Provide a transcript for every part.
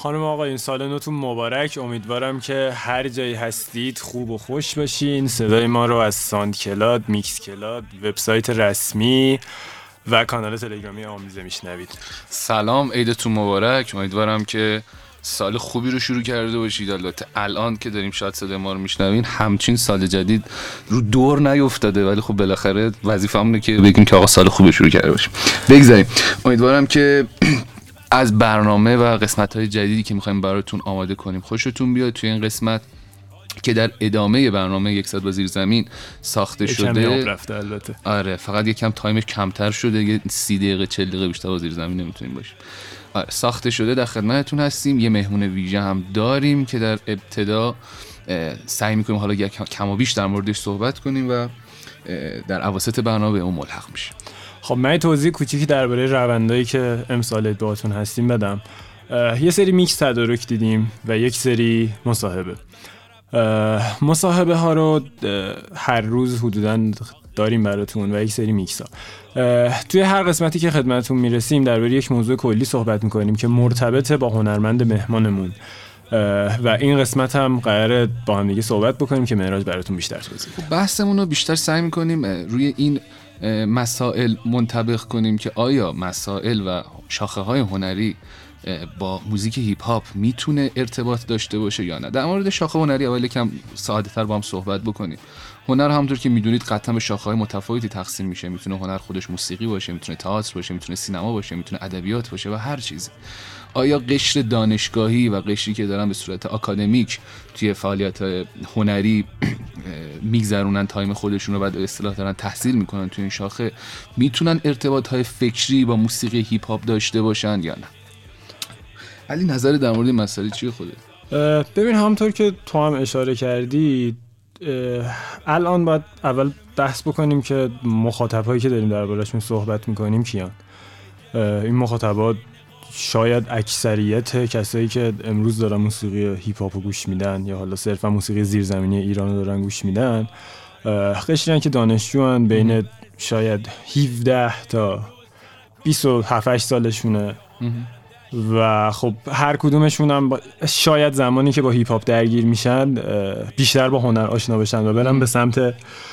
خانم آقا این سال نوتون مبارک. امیدوارم که هر جایی هستید خوب و خوش باشین. صدای ما رو از ساند کلاد، میکس کلاد، وبسایت رسمی و کانال تلگرامی آمیزه میشنوید. سلام، عیدتون مبارک. امیدوارم که سال خوبی رو شروع کرده باشید. البته الان که داریم شاید صدای ما رو میشنوین همچین سال جدید رو دور نیفتاده، ولی خب بالاخره وظیفه‌مونه که بگیم که آقا سال خوبی شروع کرده باشیم. بگذاریم. امیدوارم که از برنامه و قسمت‌های جدیدی که می‌خوایم براتون آماده کنیم خوشتون بیاد. توی این قسمت که در ادامه برنامه 100 با زیر زمین ساخته شده، رفته البته. آره، فقط یکم تایمش کمتر شده، یه 30 دقیقه 40 دقیقه بیشتر با زیر زمین نمیتونیم باشیم. آره، ساخته شده، در خدمتتون هستیم. یه مهمون ویژه هم داریم که در ابتدا سعی می‌کنیم حالا کم و بیش در موردش صحبت کنیم و در اواسط برنامه به اون ملحق میشیم. خب من توضیح کوچیکی درباره روندایی که امسال باهاتون هستیم بدم. یه سری میکس تدارک دیدیم و یک سری مصاحبه ها رو هر روز حدوداً داریم براتون و یک سری میکس ها. توی هر قسمتی که خدمتتون میرسیم درباره یک موضوع کلی صحبت میکنیم که مرتبطه با هنرمند مهمانمون و این قسمت هم قراره با هم دیگه صحبت بکنیم که معراج براتون بیشتر توضیح بده. بحثمون رو بیشتر سعی میکنیم روی این مسائل منطبق کنیم که آیا مسائل و شاخه های هنری با موزیک هیپ هاپ میتونه ارتباط داشته باشه یا نه. در مورد شاخه هنری اول یکم ساده‌تر با هم صحبت بکنیم. هنر همونطور که میدونید قطعا به شاخه‌های متفاوتی تقسیم میشه. میتونه هنر خودش موسیقی باشه، میتونه تئاتر باشه، میتونه سینما باشه، میتونه ادبیات باشه و هر چیزی. آیا قشر دانشگاهی و قشری که دارن به صورت آکادمیک توی فعالیت هنری میگذرونن تایم خودشون رو، بعد اصطلاح دارن تحصیل میکنن توی این شاخه، میتونن ارتباطهای فکری با موسیقی هیپ هاپ داشته باشن یا نه؟ علی، نظر در مورد این مسئله چیه خودت؟ ببین، همونطور که تو هم اشاره کردی، الان باید اول بحث بکنیم که مخاطب‌هایی که داریم درباره‌شون صحبت میکنیم کیان. این مخاطبات شاید اکثریت کسایی که امروز دارن موسیقی هیپ هاپ رو گوش میدن یا حالا صرفا موسیقی زیرزمینی ایران رو دارن گوش میدن، قشری که دانشجوان بین شاید 17 تا 27 سالشونه و خب هر کدومشون هم شاید زمانی که با هیپ هاپ درگیر میشن بیشتر با هنر آشنا بشن و برن به سمت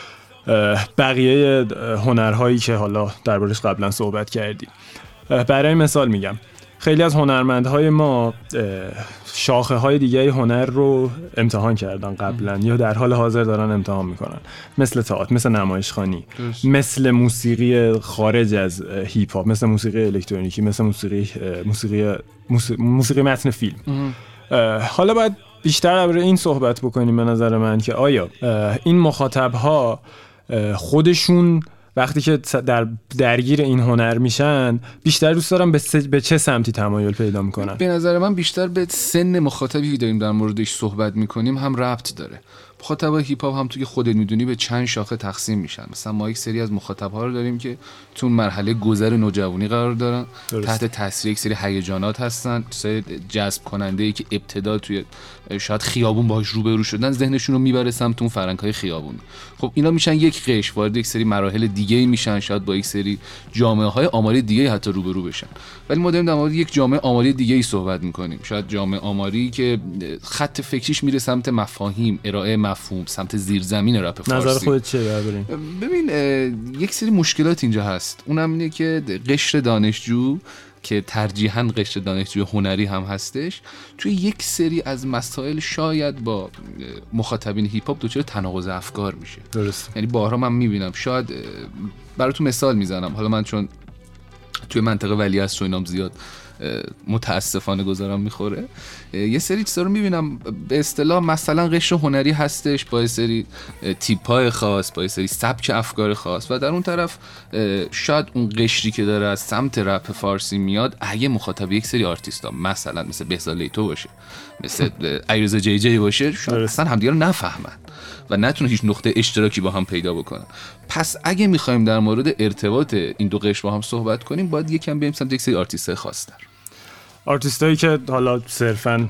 بقیه هنرهایی که حالا دربارش قبلا صحبت کردیم. برای مثال میگم خیلی از هنرمندهای ما شاخه های دیگه هنر رو امتحان کردن قبلا یا در حال حاضر دارن امتحان میکنن، مثل تئاتر، مثل نمایشخوانی، مثل موسیقی خارج از هیپ هاپ، مثل موسیقی الکترونیکی، مثل موسیقی متن فیلم. حالا باید بیشتر درباره این صحبت بکنیم به نظر من که آیا این مخاطبها خودشون وقتی که درگیر این هنر میشن بیشتر دوست دارن به چه سمتی تمایل پیدا میکنن؟ به نظر من بیشتر به سن مخاطبی که داریم در موردش صحبت میکنیم هم ربط داره. مخاطبای هیپ هاپ هم تو که خودت میدونی به چند شاخه تقسیم میشن. مثلا ما یک سری از مخاطب‌ها رو داریم که تو مرحله گذر نوجوانی قرار دارن، تحت تاثیر یک سری هیجانات هستن، سری جذب کننده‌ای که ابتدا توی شاید خیابون باهاش روبرو شدن ذهنشون رو میبره سمت اون فرهنگ‌های خیابون. خب اینا میشن یک قشر، وارد یک سری مراحل دیگه‌ای میشن، شاید با یک سری جامعه‌های آماری دیگه‌ای حتی روبرو بشن. ولی ما داریم در مورد یک جامعه آماری دیگه‌ای صحبت می‌کنیم. شاید جامعه آماری که خط فکریش میره سمت مفاهیم، ارائه مفهوم، سمت زیرزمین رپ فارسی. نظر خودت چیه درباره؟ ببین، یک سری مشکلات اینجا هست. اونم اینه که قشر دانشجو که ترجیحاً قشر دانشجوی هنری هم هستش، توی یک سری از مسائل شاید با مخاطبین هیپ هاپ دچار تناقض افکار میشه. درست. یعنی بارها من میبینم، شاید براتون مثال میزنم، حالا من چون توی منطقه ولیعصر و اینام زیاد متاسفانه گذارم میخوره، یه سری چیزا رو میبینم به اصطلاح مثلا قشر هنری هستش با یه سری تیپ‌های خاص، با یه سری سبک افکار خاص، و در اون طرف شاید اون قشری که داره از سمت رپ فارسی میاد اگه مخاطب یک سری آرتیستا مثلا مثل بهزاد لیتو باشه، مثل علیرضا جی جی باشه، شاید اصلا همدیگه رو نفهمن و نتونه هیچ نقطه اشتراکی با هم پیدا بکنن. پس اگه میخوایم در مورد ارتباط این دو قشر با هم صحبت کنیم، باید یکم بریم سمت یک سری آرتیست‌های خاص‌تر. آرتیستایی که حالا صرفاً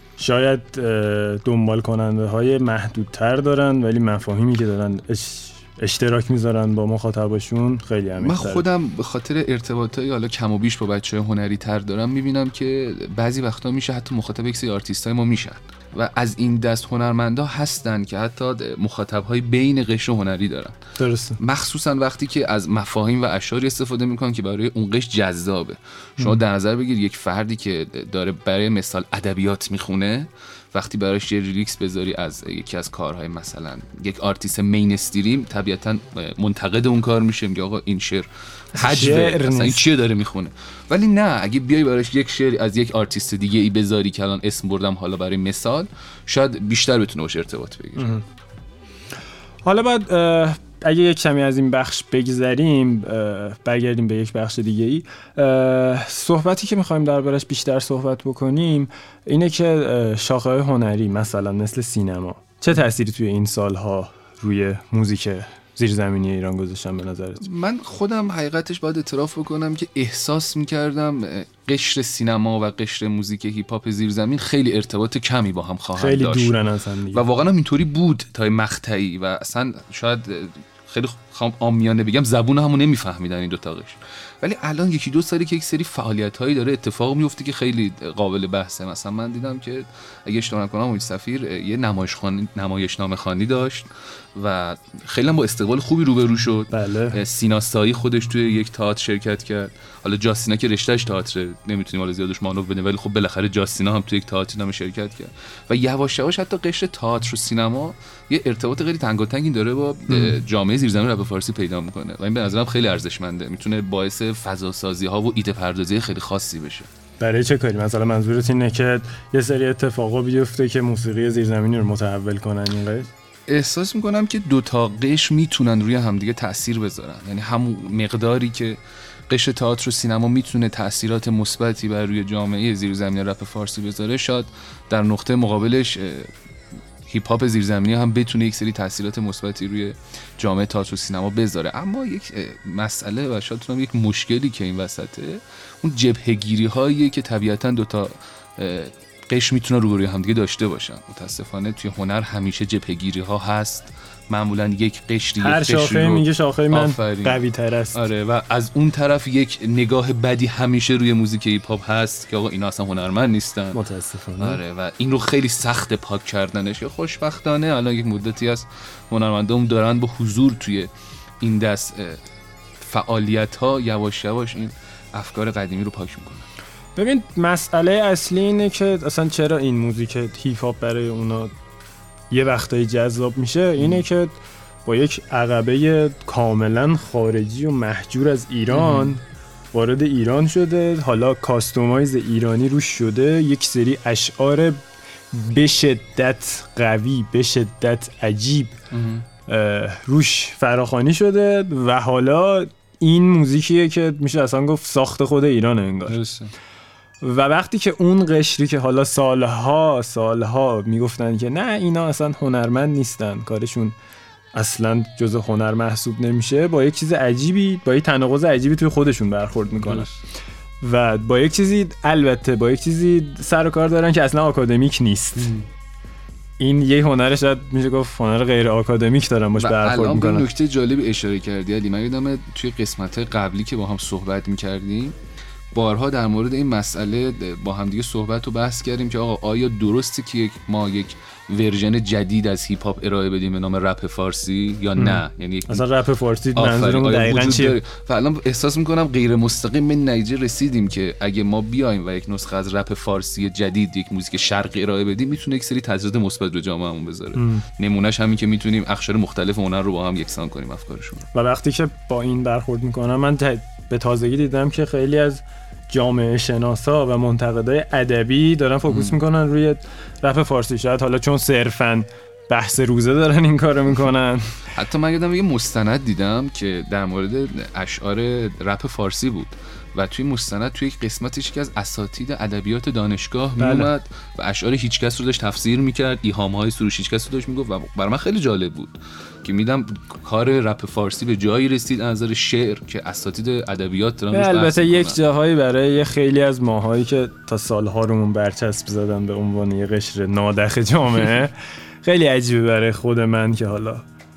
شاید دنبال کننده های محدودتر دارن ولی مفاهیمی که دارن اشتراک میذارن با مخاطباشون خیلی عمیق‌تره. من خودم به خاطر ارتباطای حالا کم و بیش با بچه‌های هنری تر دارم میبینم که بعضی وقتا میشه حتی مخاطب یک سری آرتیستای ما میشن و از این دست هنرمندا هستن که حتی مخاطب‌های بین قشر هنری دارن. درسته. مخصوصا وقتی که از مفاهیم و اشعاری استفاده میکنن که برای اون قشر جذابه. شما در نظر بگیر یک فردی که داره برای مثال ادبیات میخونه، وقتی براش یه ریلیکس بذاری از یکی از کارهای مثلا یک آرتیست مینستریم، طبیعتا منتقد اون کار میشه، میگه آقا این شعر حجوه، اصلا این چیه داره میخونه. ولی نه، اگه بیای براش یک شعر از یک آرتیست دیگه ای بذاری که الان اسم بردم حالا برای مثال، شاید بیشتر بتونه باشه ارتباط بگیره. حالا بعد اگه یک کمی از این بخش بگذریم، برگردیم به یک بخش دیگه ای، صحبتی که میخوایم دربارش بیشتر صحبت بکنیم اینه که شاخه‌های هنری مثلا مثل سینما چه تأثیری توی این سالها روی موزیک زیرزمینی ایران گذاشتن به نظرت؟ من خودم حقیقتش باید اعتراف بکنم که احساس میکردم قشر سینما و قشر موزیک هیپ هاپ زیرزمین خیلی ارتباط کمی با هم خواهند داشت. خیلی دورن اصلا دیگه. و واقعا اینطوری بود تا مقطعی و اصلا شاید خیلی عامیانه بگم زبون همون نمیفهمیدن این دو تا قشر. ولی الان یکی دو سالی که یک سری فعالیت‌هایی داره اتفاق میفته که خیلی قابل بحثه. مثلا من دیدم که اگه اشتباه نکنم امید سفیر یه نمایشنامه خوانی داشت و خیلی با استقبال خوبی روبرو شد. بله. سینا سایی خودش توی یک تئاتر شرکت کرد. حالا جاستینا که رشتهش تئاتر نمیتونیم حالا زیادش مانور بدیم، ولی خب بالاخره جاستینا هم توی یک تئاتر نام شرکت کرد و یواش یواش حتی قشر تئاتر و سینما یه ارتباط خیلی تنگاتنگی داره با جامعه زیرزمین رپ فارسی پیدا میکنه و این به نظرم خیلی ارزشمنده. میتونه باعث فضاسازی ها و ایده پردازی خیلی خاصی بشه. برای چه کاری؟ مثلا منظورت اینه که یه سری اتفاقا بیفته که موسیقی زیرزمینی رو متحول کنن این قضیه؟ احساس میکنم که دو تا قشر میتونن روی همدیگه تأثیر بذارن، یعنی همون مقداری که قشر تئاتر و سینما میتونه تأثیرات مثبتی بر روی جامعه زیرزمینی رپ فارسی بذاره، شاید در نقطه مقابلش هیپ هاپ زیرزمینی هم بتونه یک سری تأثیرات مثبتی روی جامعه تئاتر و سینما بذاره. اما یک مسئله و شاید بتونم یک مشکلی که این وسطه، اون جبهه‌گیری هایی که طبیعتاً دو تا قشر میتونه روبروی همدیگه داشته باشن. متاسفانه توی هنر همیشه جبهه‌گیری ها هست، معمولا یک قشری هر شاخه میگه شاخه من قوی تر است. آره، و از اون طرف یک نگاه بدی همیشه روی موزیک هیپ هاپ هست که آقا اینا اصلا هنرمند نیستن. متاسفانه. آره، و این رو خیلی سخت پاک کردنش که خوشبختانه الان یک مدتی از هنرمندان دارن با حضور توی این دست فعالیت ها یواش یواش این افکار قدیمی رو پاک میکنن. ببین مسئله اصلی اینه که اصلا چرا این موزیک هیپ هاپ برای اونا یه وقتایی جذاب میشه، اینه که با یک عقبه کاملا خارجی و محجور از ایران وارد ایران شده، حالا کاستومایز ایرانی روش شده، یک سری اشعار به شدت قوی، به شدت عجیب روش فراخوانی شده و حالا این موزیکیه که میشه اصلا گفت ساخت خود ایران انگار. و وقتی که اون قشری که حالا سالها میگفتن که نه اینا اصلا هنرمند نیستن، کارشون اصلا جزء هنر محسوب نمیشه، با یک چیز عجیبی، با یک تناقض عجیبی توی خودشون برخورد میکنن و با یک چیزی، البته با یک چیزی سر و کار دارن که اصلا آکادمیک نیست. این یه هنر، شاید میشه گفت هنر غیر آکادمیک دارن باش برخورد میکنن. الان به نکته جالبی اشاره کردی علی. من یادمه توی قسمت قبلی که با هم صحبت میکردیم بارها در مورد این مسئله با هم دیگه صحبت و بحث کردیم که آقا آیا درسته که ما یک ورژن جدید از هیپ هاپ ارائه بدیم به نام رپ فارسی یا نه؟ یعنی اصلا رپ فارسی منظورمون دقیقاً چیه؟ فعلا احساس میکنم غیر مستقیم به نتیجه رسیدیم که اگه ما بیایم و یک نسخه از رپ فارسی جدید، یک موزیک شرقی ارائه بدیم، میتونه یک سری تاثیرات مثبت به جامعهمون بذاره. نمونهش همین که میتونیم اقشار مختلف هنر رو با هم یکسان کنیم افکارشون. و وقتی که با این برخورد میکنم من به تازگی دیدم که خیلی از جامعه شناسا و منتقدای ادبی دارن فوکوس میکنن روی رپ فارسی، شاید حالا چون صرفاً بحث روزه دارن این کارو میکنن. حتی من یادم یه مستند دیدم که در مورد اشعار رپ فارسی بود و توی مستند توی یک قسمتش که از اساتید ادبیات دانشگاه میومد و اشعار هیچکس رو داشت تفسیر میکرد، ایهام‌های سروش هیچکس رو داشت میگفت و برای من خیلی جالب بود که میدم کار رپ فارسی به جایی رسید از نظر شعر که اساتید ادبیات دارن روش بحث میکنن. البته یک جاهایی برای خیلی از ماهایی که تا سالها رومون برچسب زدن به عنوان یه قشر نادخ جامعه خیلی عجیبه برای خود من که حالا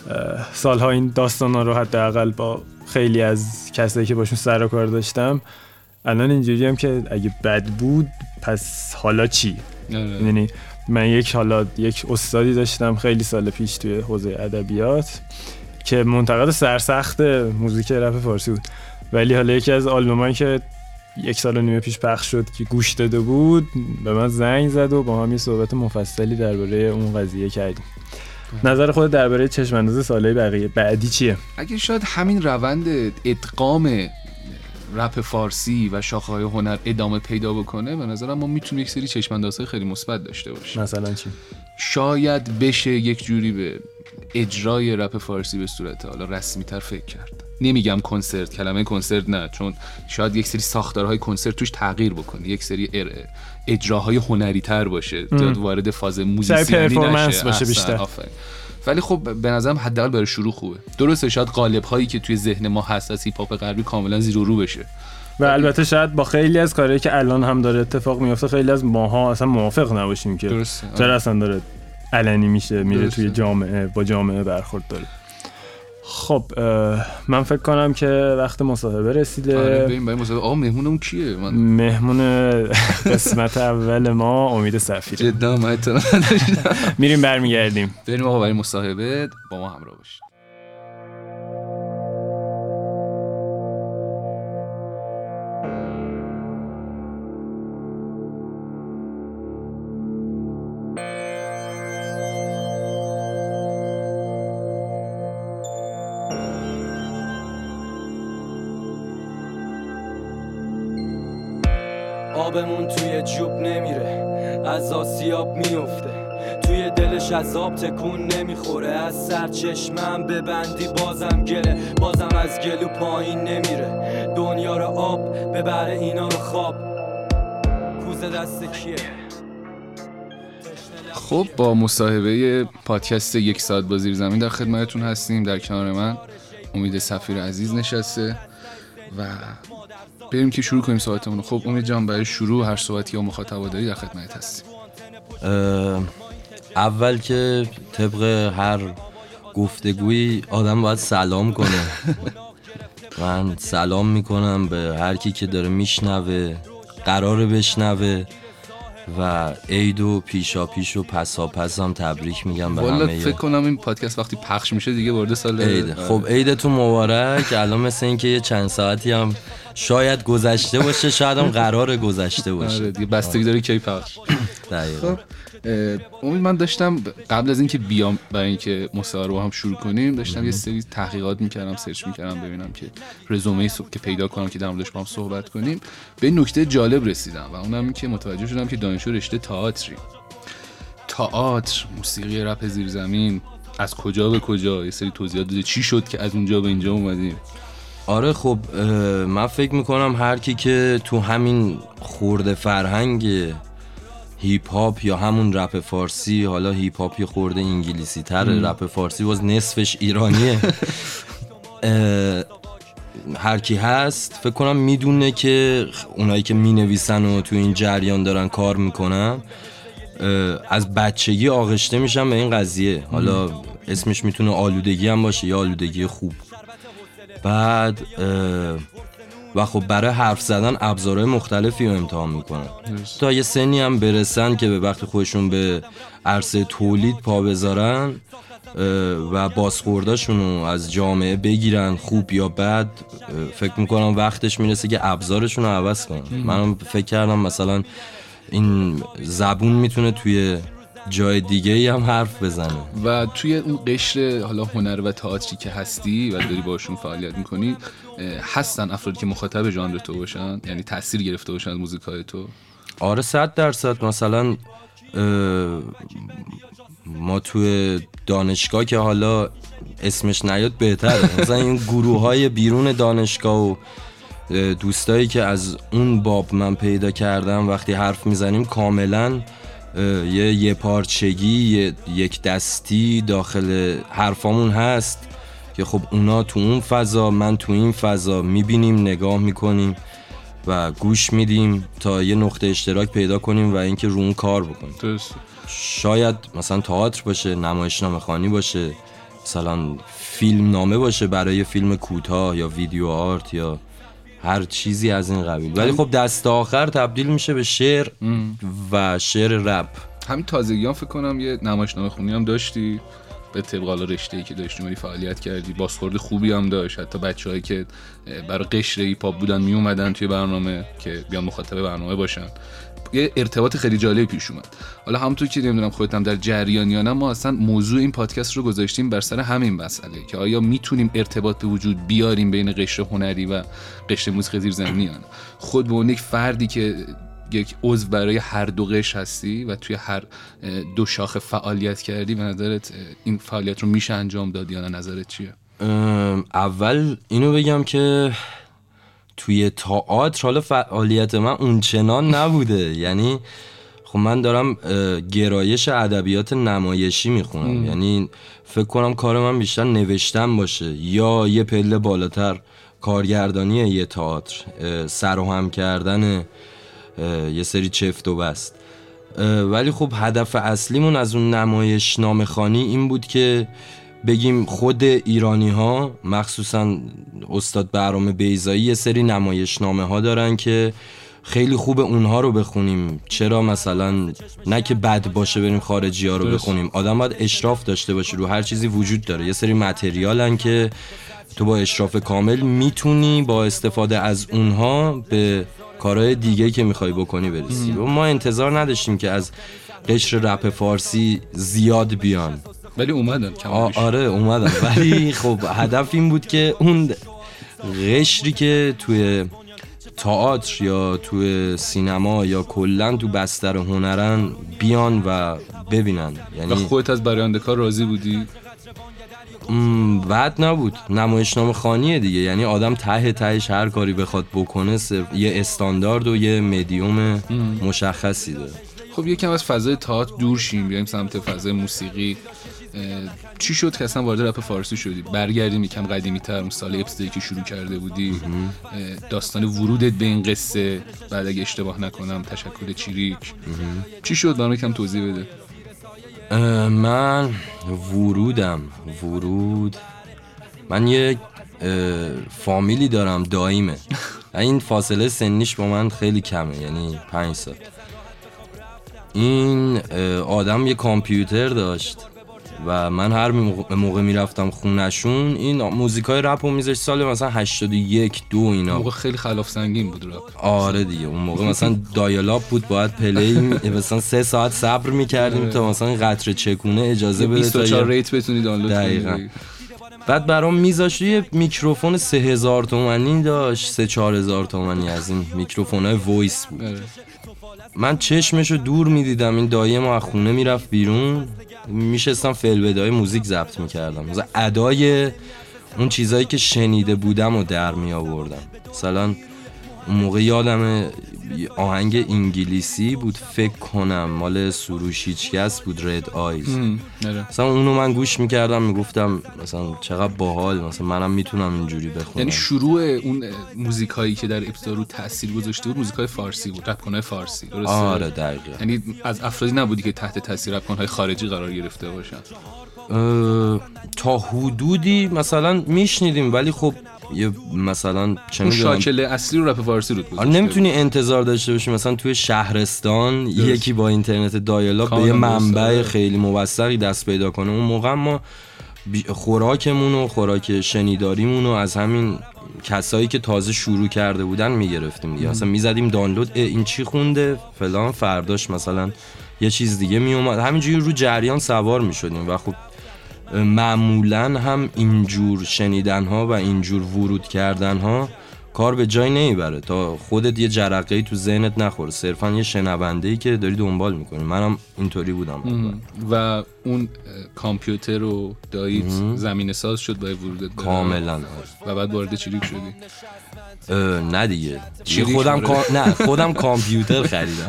سالها این داستانا رو حداقل با خیلی از کسایی که باشون سر و کار داشتم الان اینجوری هم که اگه بد بود پس حالا چی؟ یعنی من یک استادی داشتم خیلی سال پیش توی حوزه ادبیات که منتقد سرسخت موزیک رپ فارسی بود، ولی حالا یکی از آلبومایی که 1.5 سال پیش پخش شد که گوش داده بود به من زنگ زد و با هم یه صحبت مفصلی درباره اون قضیه کردیم. نظر خود درباره چشم‌انداز سالهای بعدی چیه؟ اگه شاید همین روند ادغام رپ فارسی و شاخه‌های هنر ادامه پیدا بکنه، به نظرم ما میتونیم یک سری چشم‌اندازهای خیلی مثبت داشته باشیم. مثلا چی؟ شاید بشه یک جوری به اجرای رپ فارسی به صورت حالا رسمی‌تر فکر کرد. نمیگم کنسرت، کلمه کنسرت نه، چون شاید یک سری ساختارهای کنسرت توش تغییر بکنه، یک سری اجراهای هنری‌تر باشه، زیاد وارد فاز موزیسیانی نشه باشه بیشتر. ولی خب به نظرم حداقل برای شروع خوبه. درسته شاید قالب‌هایی که توی ذهن ما هست از هیپ هاپ غربی کاملا زیر و رو بشه و البته شاید با خیلی از کارهایی که الان هم داره اتفاق میفته خیلی از ماها اصلا موافق نباشیم که چرا اصلا داره علنی میشه میره توی جامعه با جامعه برخورد داره. خب من فکر کنم که وقت مصاحبه رسیده. آره بریم مصاحبه. آقا مهمونمون کیه؟ مهمون قسمت اول ما امید صفیره. جدا من اطلاع نداشتم. میریم برمیگردیم. بریم آقا برای مصاحبه، با ما همراه باشید. آبمون توی جوب نمیره، از آسیاب میفته، توی دلش از آب تکون نمیخوره، از سرچشمم ببندی بازم گله، بازم از گلو پایین نمیره، دنیا رو آب ببره اینا رو خواب، کوزه دست کیه؟ خب با مصاحبه پادکست 1 ساعت با زیر زمین در خدمتتون هستیم. در کنار من امید صفیر عزیز نشسته و بریم که شروع کنیم صحبتمون. خب امید جان، برای شروع هر صحبتی یا مخاطب داری در خدمت هستیم. اول که طبق هر گفتگویی آدم باید سلام کنه. من سلام میکنم به هر کی که داره میشنوه، قراره بشنوه و عید و پیشا پیش و پسا پس هم تبریک میگم به همه. والا فکر کنم این پادکست وقتی پخش میشه دیگه وارد سال عید. خب عیدتون مبارک. الان مثل این که یه چند ساعتی هم شاید گذشته باشه، شاید هم قرار گذشته باشه. آره دیگه بستگی داره کی پخش. دقیقاً. خب امید، من داشتم قبل از اینکه بیام برای اینکه مصاحبه رو هم شروع کنیم داشتم یه سری تحقیقات میکردم، سرچ میکردم ببینم که رزومه که پیدا کنم که در موردش با هم صحبت کنیم. به این نکته جالب رسیدم و اونم این که متوجه شدم که دانشجو رشته تئاتر، موسیقی رپ زیرزمین از کجا به کجا، یه سری توضیحات داده چی شد که از اونجا به اینجا اومدیم. آره خب من فکر میکنم هر کی که تو همین خورده فرهنگ هیپ هاپ یا همون رپ فارسی، حالا هیپ هاپ یه خورده انگلیسی تره، رپ فارسی باز نصفش ایرانیه، هر کی هست فکر کنم میدونه که اونایی که مینویسن و تو این جریان دارن کار میکنن از بچگی آغشته میشن به این قضیه. حالا اسمش میتونه آلودگی هم باشه یا آلودگی خوب. بعد و خب برای حرف زدن ابزارهای مختلفی رو امتحان میکنن تا یه سنی هم برسن که به وقت خودشون به عرصه تولید پا بذارن و بازخورداشون رو از جامعه بگیرن، خوب یا بد. فکر میکنم وقتش میرسه که ابزارشون رو عوض کنن. منم فکر کردم مثلا این زبون میتونه توی جای دیگه ای هم حرف بزنه. و توی اون قشر حالا هنر و تئاتری که هستی و داری باشون فعالیت میکنی، هستن افرادی که مخاطب ژانر تو باشن، یعنی تاثیر گرفته باشن از موزیکای تو؟ آره 100%. مثلا ما توی دانشگاه که حالا اسمش نیاد بهتره، مثلا این گروه های بیرون دانشگاه و دوستایی که از اون باب من پیدا کردم وقتی حرف میزنیم کاملا یه پارچگی، یک دستی داخل حرفامون هست که خب اونا تو اون فضا، من تو این فضا میبینیم، نگاه میکنیم و گوش میدیم تا یه نقطه اشتراک پیدا کنیم و اینکه رو اون کار بکنیم. شاید مثلا تئاتر باشه، نمایشنامه خوانی باشه، مثلا فیلم نامه باشه برای فیلم کوتاه یا ویدیو آرت یا هر چیزی از این قبیل، ولی خب دست آخر تبدیل میشه به شعر و شعر رپ. همین تازگیام فکر کنم یه نمایشنامه خونی هم داشتی به طبق حالا رشته‌ای که داشتی ولی فعالیت کردی، بازخورد خوبی هم داشت، حتی بچه‌هایی که برای قشر هیپاپ بودن می اومدن توی برنامه که بیان مخاطب برنامه باشن، یه ارتباط خیلی جالبی پیش اومد. حالا همونطور که نمیدونم خودت هم در جریان یا نه، ما اصلا موضوع این پادکست رو گذاشتیم بر سر همین مسئله که آیا میتونیم ارتباط به وجود بیاریم بین قشر هنری و قشر موسیقی زیرزمینی. خود به عنوان یک فردی که یک عضو برای هر دو قشر هستی و توی هر دو شاخه فعالیت کردی، به نظرت این فعالیت رو میشه انجام داد یا نه؟ نظرت چیه؟ اول اینو بگم که توی تئاتر حالا فعالیت من اونچنان نبوده، یعنی خب من دارم گرایش ادبیات نمایشی میخونم، یعنی فکر کنم کار من بیشتر نوشتن باشه یا یه پله بالاتر کارگردانی یه تئاتر، سر و هم کردن یه سری چفت و بست. ولی خب هدف اصلیمون از اون نمایشنامه خوانی این بود که بگیم خود ایرانی ها مخصوصا استاد بهرام بیضایی یه سری نمایشنامه ها دارن که خیلی خوبه اونها رو بخونیم. چرا مثلا نه که بد باشه بریم خارجی ها رو بخونیم، آدم باید اشراف داشته باشه رو هر چیزی وجود داره. یه سری متریالن که تو با اشراف کامل میتونی با استفاده از اونها به کارهای دیگه که میخوای بکنی برسی. و ما انتظار نداشتیم که از قشر رپ فارسی زیاد بیان، ولی اومدن. آره اومدن، ولی خب هدف این بود که اون قشری که توی تئاتر یا توی سینما یا کلا تو بستر هنرن بیان و ببینن. یعنی خودت از براینده کار راضی بودی؟ بد نبود، نمایشنامه خوانیه دیگه، یعنی آدم ته تهش هر کاری بخواد بکنه یه استاندارد و یه مدیوم مشخصی داره. خب یکم از فضای تئاتر دور شیم، بیایم سمت فضای موسیقی. چی شد که اصلا وارد رپ فارسی شدی؟ برگردیم یکم قدیمی‌تر، اون سال ابتدایی که شروع کرده بودی، داستان ورودت به این قصه، بعد اگه اشتباه نکنم تشکل چیریک، چی شد؟ برام یکم توضیح بده. من من یه فامیلی دارم داییمه، این فاصله سنیش با من خیلی کمه، یعنی 5 سال. این آدم یه کامپیوتر داشت و من هر موقع میرفتم خونشون این موزیکای رپ رو میذاشت. سال مثلا 81 2 اینا، موقع خیلی خلاف سنگین بود رپ. آره دیگه، اون موقع مثلا دایالاپ بود، باید پلی مثلا 3 ساعت صبر میکردیم تا مثلا قطره چکونه اجازه بده 24 ریت بتونی دانلود کنی. بعد برام میذاشت یه میکروفون 3000 تومانی داشت، 3-4 هزار تومانی، از این میکروفونای وایس بود. من چشمشو دور میدیدم، این دایی ما از خونه میرفت بیرون، میشستم فلبدای موزیک ضبط میکردم، مثلا ادای اون چیزایی که شنیده بودم و در می آوردم. مثلا اون موقع یادم آهنگ انگلیسی بود فکر کنم، مال سروش هیچکس بود، رد آیز. مثلا اونو من گوش میکردم، میگفتم مثلا چقدر باحال، مثلا منم میتونم اینجوری بخونم. یعنی شروع اون موزیکایی که در ابتدا رو تاثیر گذاشته بود موزیکای فارسی بود، رپ‌کنای فارسی، درسته؟ آره دقیقاً. یعنی از افرادی نبودی که تحت تاثیر رپ‌کنای خارجی قرار گرفته باشن؟ تا حدودی مثلا میشنیدیم، ولی خب یه مثلا چه می‌دونم شاکله اصلی رو رپ فارسی رو گذاشته. نمیتونی انتظار داشته باشی مثلا توی شهرستان یکی با اینترنت دایالاپ به یه منبع خیلی موثقی دست پیدا کنه. اون موقع ما خوراکمون و خوراک شنیداریمون رو از همین کسایی که تازه شروع کرده بودن میگرفتیم دیگه. مثلا میزدیم دانلود، این چی خونده فلان، فرداش مثلا یه چیز دیگه میومد، همینجوری رو جریان سوار میشدیم. و خب معمولا هم اینجور شنیدن ها و اینجور ورود کردن ها کار به جای نمیبره تا خودت یه جرقه‌ای تو ذهنت نخوره، صرفا یه شنونده‌ای که داری دنبال میکنی. منم اینطوری بودم. و اون کامپیوتر رو داییت زمینه ساز شد برای ورودت کاملا. و بعد وارد چریک شدی؟ نه دیگه، خودم کامپیوتر خریدم.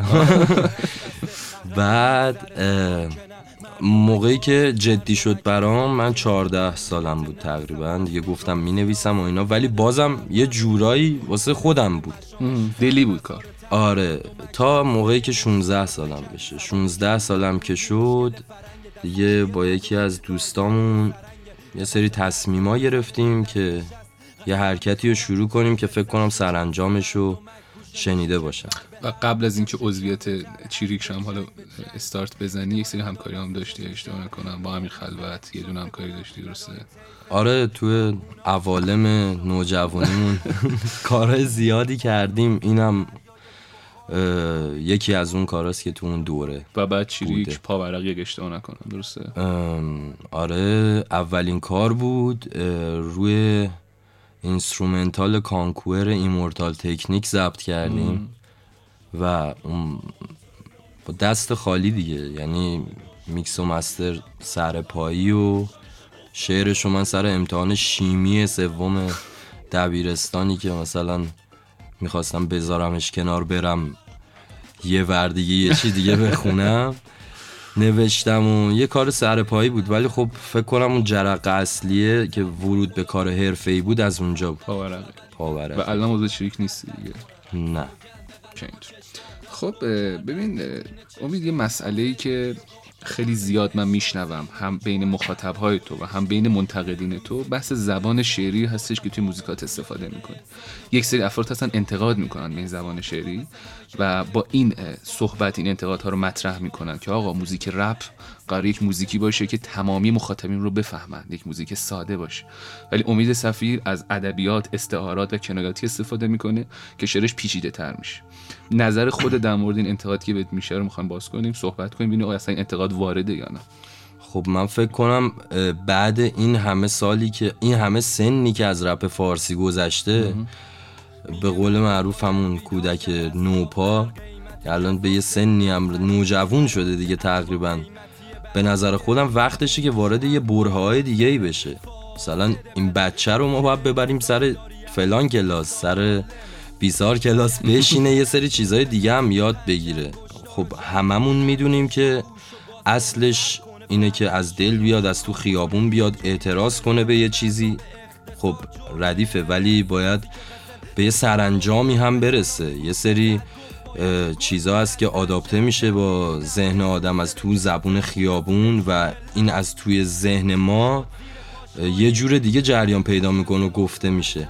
بعد موقعی که جدی شد برام، من 14 سالم بود تقریبا دیگه، گفتم می نویسم و اینا، ولی بازم یه جورایی واسه خودم بود، دلی بود کار. آره، تا موقعی که 16 سالم بشه. 16 سالم که شد دیگه با یکی از دوستامون یه سری تصمیم‌ها گرفتیم که یه حرکتی رو شروع کنیم که فکر کنم سرانجامش رو شنیده باشن. و قبل از اینکه عضویت چیریکش هم حالا استارت بزنی یک سری همکاری هم داشتی اشتباه نکنم با امیر خلوت یه دونه همکاری داشتی درسته؟ آره توی عوالم نوجوانیمون کارهای زیادی کردیم، اینم یکی از اون کاراست که تو اون دوره. و بعد چیریک پاورق یک اشتباه نکنم درسته؟ آره اولین کار بود، روی اینسترومنتال کانکور ایمورتال تکنیک ضبط کردیم و با دست خالی دیگه، یعنی میکس و مستر سر پایی و شعرشو من سر امتحان شیمی سوم دبیرستانی که مثلا میخواستم بذارمش کنار برم یه ور دیگه یه چی دیگه بخونم نوشتم و یه کار سر پایی بود، ولی خب فکر کنم اون جرقه اصلیه که ورود به کار حرفه‌ای بود از اونجا بود. پاورقه. و الان موضوع چریک نیستی دیگه؟ نه. خب ببین امید، یه مسئله‌ای که خیلی زیاد من میشنوم هم بین مخاطب‌های تو و هم بین منتقدین تو، بحث زبان شعری هستش که توی موزیکات استفاده می‌کنی. یک سری افراد هستن انتقاد می‌کنن به این زبان شعری و با این صحبت این انتقادها رو مطرح می‌کنن که آقا موزیک رپ قراره یک موزیکی باشه که تمامی مخاطبین رو بفهمن، یک موزیک ساده باشه. ولی امید صفیر از ادبیات، استعارات و کنایاتی استفاده می‌کنه که شعرش پیچیده‌تر میشه. نظر خود در مورد این انتقادی که بهت میشه رو می‌خوایم باز کنیم، صحبت کنیم ببینیم اصلا این انتقاد وارده یا نه. خب من فکر کنم بعد این همه سالی که این همه سنی که از رپ فارسی گذشته، به قول معروف همون کودک نوپا الان به یه سنی هم نوجوان شده دیگه تقریبا، به نظر خودم وقتشه که وارد یه برهه‌های دیگه‌ای بشه. مثلا این بچه رو ما باید ببریم سر فلان کلاس، سر بیسار کلاس بشینه یه سری چیزهای دیگه هم یاد بگیره. خب هممون میدونیم که اصلش اینه که از دل بیاد، از تو خیابون بیاد اعتراض کنه به یه چیزی، خب ردیفه، ولی باید به یه سرانجامی هم برسه. یه سری چیزا هست که آداپته میشه با ذهن آدم از تو زبون خیابون و این از توی ذهن ما یه جور دیگه جریان پیدا میکنه و گفته میشه.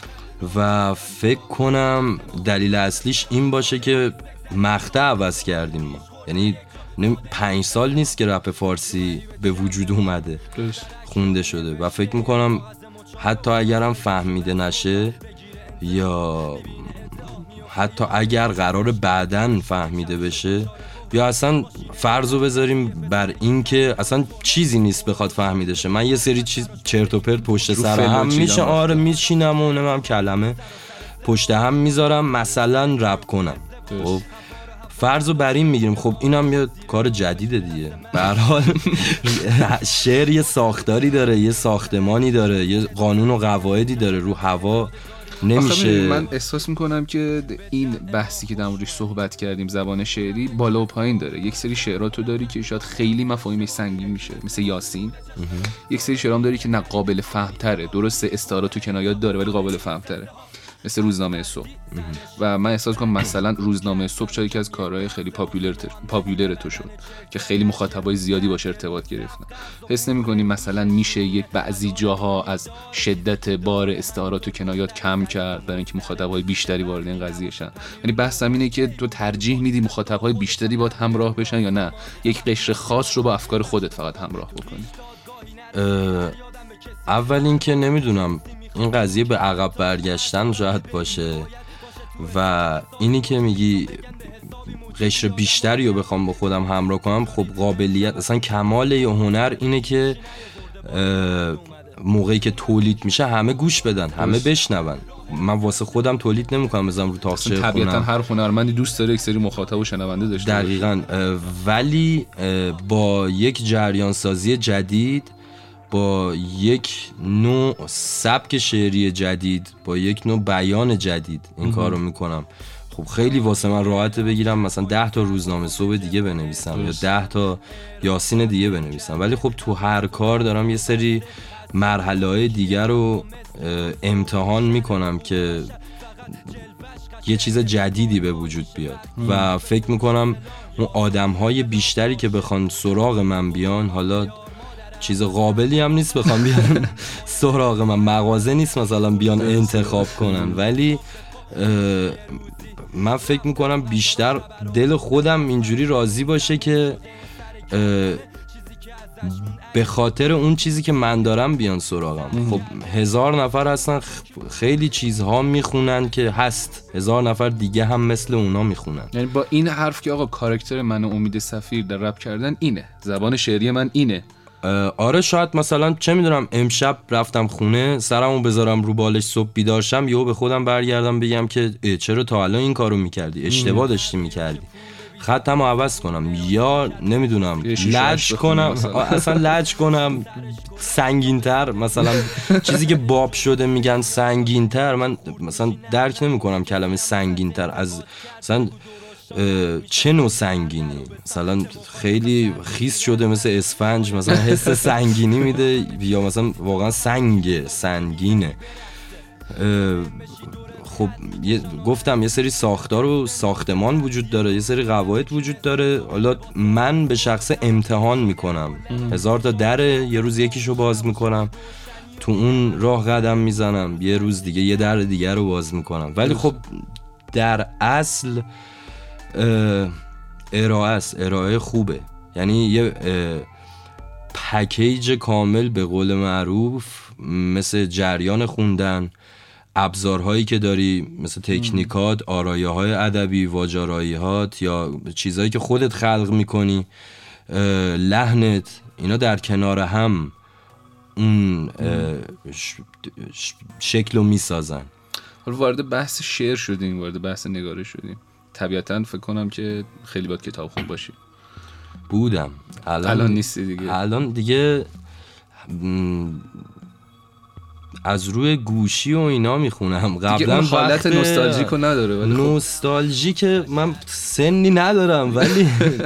و فکر کنم دلیل اصلیش این باشه که مقطع عوض کردیم ما، یعنی 5 سال نیست که رپ فارسی به وجود اومده، خونده شده و فکر میکنم حتی اگرم فهمیده نشه یا حتی اگر قرار بعدن فهمیده بشه یا اصلا فرضو بذاریم بر این که اصلا چیزی نیست بخواد فهمیده شه، من یه سری چیز چرت و پرت پشت سر هم میشه آره میچینم و اونم کلمه پشت هم میذارم مثلا رپ کنم. خب فرضو بر این میگیریم، خب اینم یه کار جدیده دیگه. به هر حال شعر یه ساختاری داره، یه ساختمانی داره، یه قانون و قواعدی داره، رو هوا نمیشه. من احساس میکنم که این بحثی که در موردش صحبت کردیم زبان شعری بالا و پایین داره. یک سری شعراتو داری که شاید خیلی مفاهیمش سنگین میشه مثل یاسین، یک سری شعرام داری که نه قابل فهم تره، درسته استعارات و کنایات داره ولی قابل فهم تره، مثل روزنامه صبح. و من احساس کنم مثلا روزنامه صبح شاید که از کارهای خیلی پاپولر تو شد که خیلی مخاطبای زیادی باش ارتباط گرفتن. حس نمی‌کنی مثلا میشه یک بعضی جاها از شدت بار استعارات و کنایات کم کرد برای اینکه مخاطبای بیشتری وارد این قضیه شن؟ یعنی بحثم اینه که تو ترجیح میدی مخاطبای بیشتری باهات همراه بشن یا نه یک قشر خاص رو با افکار خودت فقط همراه بکنی؟ اول اینکه نمیدونم این قضیه به عقب برگشتن شاید باشه و اینی که میگی قشر بیشتری رو بخوام با خودم همراه کنم، خب قابلیت اصلا کمال یه هنر اینه که موقعی که تولید میشه همه گوش بدن، همه بشنون. من واسه خودم تولید نمیکنم بزنم رو تاقچه خونم. طبیعتا هر هنرمندی دوست داره یک سری مخاطب و شنونده داشته باشه. دقیقاً. ولی با یک جریان سازی جدید، با یک نوع سبک شعری جدید، با یک نوع بیان جدید این کار رو میکنم. خب خیلی واسه من راحته بگیرم مثلا 10 تا روزنامه صبح دیگه بنویسم یا 10 تا یاسین دیگه بنویسم، ولی خب تو هر کار دارم یه سری مرحله‌های دیگر رو امتحان میکنم که یه چیز جدیدی به وجود بیاد و فکر میکنم اون آدم‌های بیشتری که بخوان سراغ من بیان، حالا چیز قابلی هم نیست بخوام بیان سراغ من، مغازه نیست مثلا بیان انتخاب کنن. ولی من فکر میکنم بیشتر دل خودم اینجوری راضی باشه که به خاطر اون چیزی که من دارم بیان سراغم. خب 1000 نفر هستن خیلی چیزها میخونن که هست، 1000 نفر دیگه هم مثل اونا میخونن. یعنی با این حرف که آقا کاراکتر من و امید صفیر در رپ کردن اینه، زبان شعری من اینه. آره شاید مثلا چه میدونم امشب رفتم خونه سرمو بذارم رو بالش صبح بیدار شم یهو به خودم برگردم بگم که چرا تا الان این کارو میکردی، اشتباه داشتی میکردی، خطمو عوض کنم یا نمیدونم لج کنم، اصلا لج کنم سنگین‌تر، مثلا چیزی که باب شده میگن سنگین‌تر، من مثلا درک نمیکنم کلمه سنگین‌تر از مثلا چه نوع سنگینی، مثلا خیلی خیس شده مثل اسفنج مثلا حس سنگینی میده یا مثلا واقعا سنگینه. خب گفتم یه سری ساختار و ساختمان وجود داره، یه سری قواعد وجود داره. حالا من به شخص امتحان میکنم، 1000 تا دره، یه روز یکیشو باز میکنم، تو اون راه قدم میزنم، یه روز دیگه یه در دیگه رو باز میکنم. ولی خب در اصل ارائه خوبه، یعنی یه پکیج کامل به قول معروف، مثل جریان خوندن، ابزارهایی که داری مثل تکنیکات، آرایه‌های ادبی، واجارایی‌هات یا چیزهایی که خودت خلق میکنی، لحنت، اینا در کنار هم اون شکلو میسازن. حالا وارد بحث شعر شدیم، وارد بحث نگارش شدیم، طبیعتاً فکر کنم که خیلی باید کتاب خون باشی. بودم، الان نیستی دیگه. الان دیگه از روی گوشی و اینا میخونم. قبلا اون حالت نوستالژیکو نداره. ولی نوستالژیک من سنی ندارم ولی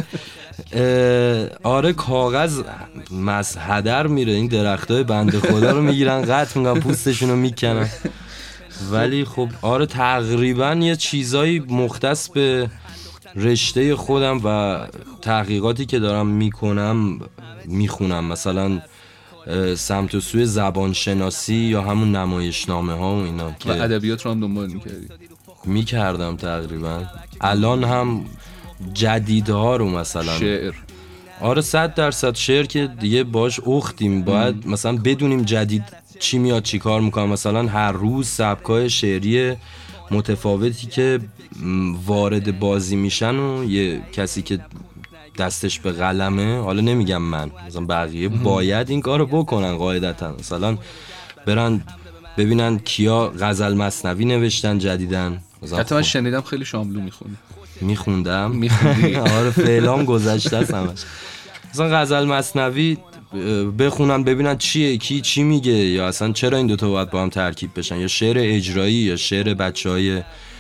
آره کاغذ هدر میره، این درختای بنده خدا رو میگیرن قطع میکنن، پوستشون رو میکنن. ولی خب آره تقریبا یه چیزایی مختص به رشته خودم و تحقیقاتی که دارم میکنم میخونم، مثلا سمت و سوی زبان شناسی یا همون نمایشنامه ها و اینا. و ادبیات رو هم دنبال میکردی؟ میکردم تقریبا. الان هم جدیدها رو مثلا شعر، آره 100% شعر که دیگه باش اختیم، باید مثلا بدونیم جدید چی میاد چی کار میکنم. مثلا هر روز سبکای شعری متفاوتی که وارد بازی میشن و یه کسی که دستش به قلمه، حالا نمیگم من، مثلا بقیه باید این کارو بکنن قاعدتا، مثلا برن ببینن کیا غزل مثنوی نوشتن جدیدن. حتی من شنیدم خیلی شاملو میخوندی؟ آره فعلام گذشته است همش. مثلا غزل مثنوی بخونن ببینن چیه، کی چی میگه، یا اصلا چرا این دوتا باید با هم ترکیب بشن، یا شعر اجرایی یا شعر بچهای